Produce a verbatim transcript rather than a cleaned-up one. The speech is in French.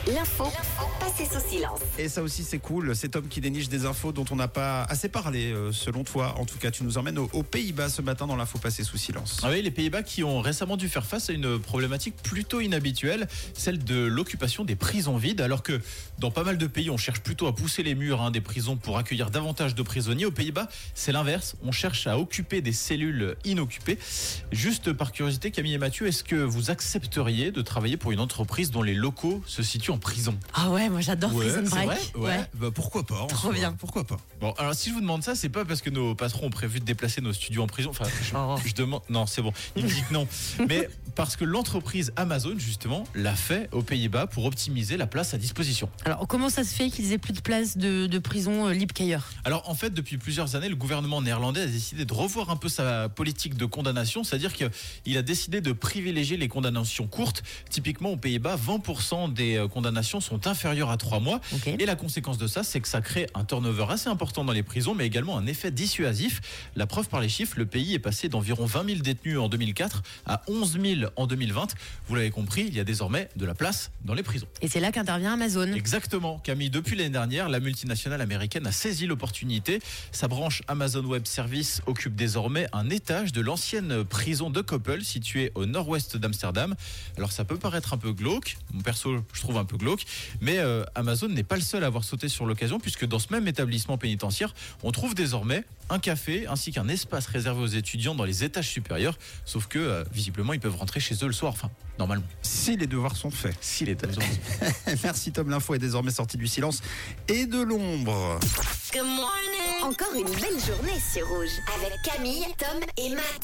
L'info passée sous silence. Et ça aussi c'est cool, c'est Tom qui déniche des infos dont on n'a pas assez parlé euh, selon toi. En tout cas tu nous emmènes aux, aux Pays-Bas ce matin dans l'info passée sous silence. Ah oui, les Pays-Bas qui ont récemment dû faire face à une problématique plutôt inhabituelle, celle de l'occupation des prisons vides. Alors que dans pas mal de pays on cherche plutôt à pousser les murs hein, des prisons pour accueillir davantage de prisonniers. Aux Pays-Bas c'est l'inverse, on cherche à occuper des cellules inoccupées. Juste par curiosité, Camille et Mathieu, est-ce que vous accepteriez de travailler pour une entreprise dont les locaux se situent en prison? Ah ouais, moi j'adore Ouais, Prison c'est Break. vrai ouais. Ouais. Bah pourquoi pas en Trop soi. bien. Pourquoi pas. Bon, alors si je vous demande ça, c'est pas parce que nos patrons ont prévu de déplacer nos studios en prison. Enfin, je, Oh. je demande. Non, c'est bon. Il me dit que non. Mais parce que l'entreprise Amazon, justement, l'a fait aux Pays-Bas pour optimiser la place à disposition. Alors comment ça se fait qu'ils aient plus de place de, de prison euh, libre qu'ailleurs? Alors en fait, depuis plusieurs années, le gouvernement néerlandais a décidé de revoir un peu sa politique de condamnation, c'est-à-dire qu'il a décidé de privilégier les condamnations courtes. Typiquement aux Pays-Bas, vingt pour cent des condamnations sont inférieures à trois mois. Okay. Et la conséquence de ça, c'est que ça crée un turnover assez important dans les prisons, mais également un effet dissuasif. La preuve par les chiffres, le pays est passé d'environ vingt mille détenus en deux mille quatre à onze mille en deux mille vingt. Vous l'avez compris, il y a désormais de la place dans les prisons. Et c'est là qu'intervient Amazon. Exactement, Camille. Depuis l'année dernière, la multinationale américaine a saisi l'opportunité. Sa branche Amazon Web Services occupe désormais un étage de l'ancienne prison de Koppel, située au nord-ouest d'Amsterdam. Alors ça peut paraître un peu glauque, mon perso je trouve un peu glauque, mais euh, Amazon n'est pas le seul à avoir sauté sur l'occasion, puisque dans ce même établissement pénitentiaire, on trouve désormais un café ainsi qu'un espace réservé aux étudiants dans les étages supérieurs, sauf que euh, visiblement ils peuvent rentrer chez eux le soir, enfin normalement. Si les devoirs sont faits. Si les étages. Merci Tom, l'info est désormais sortie du silence et de l'ombre. Encore une belle journée sur Rouge avec Camille, Tom et Matt.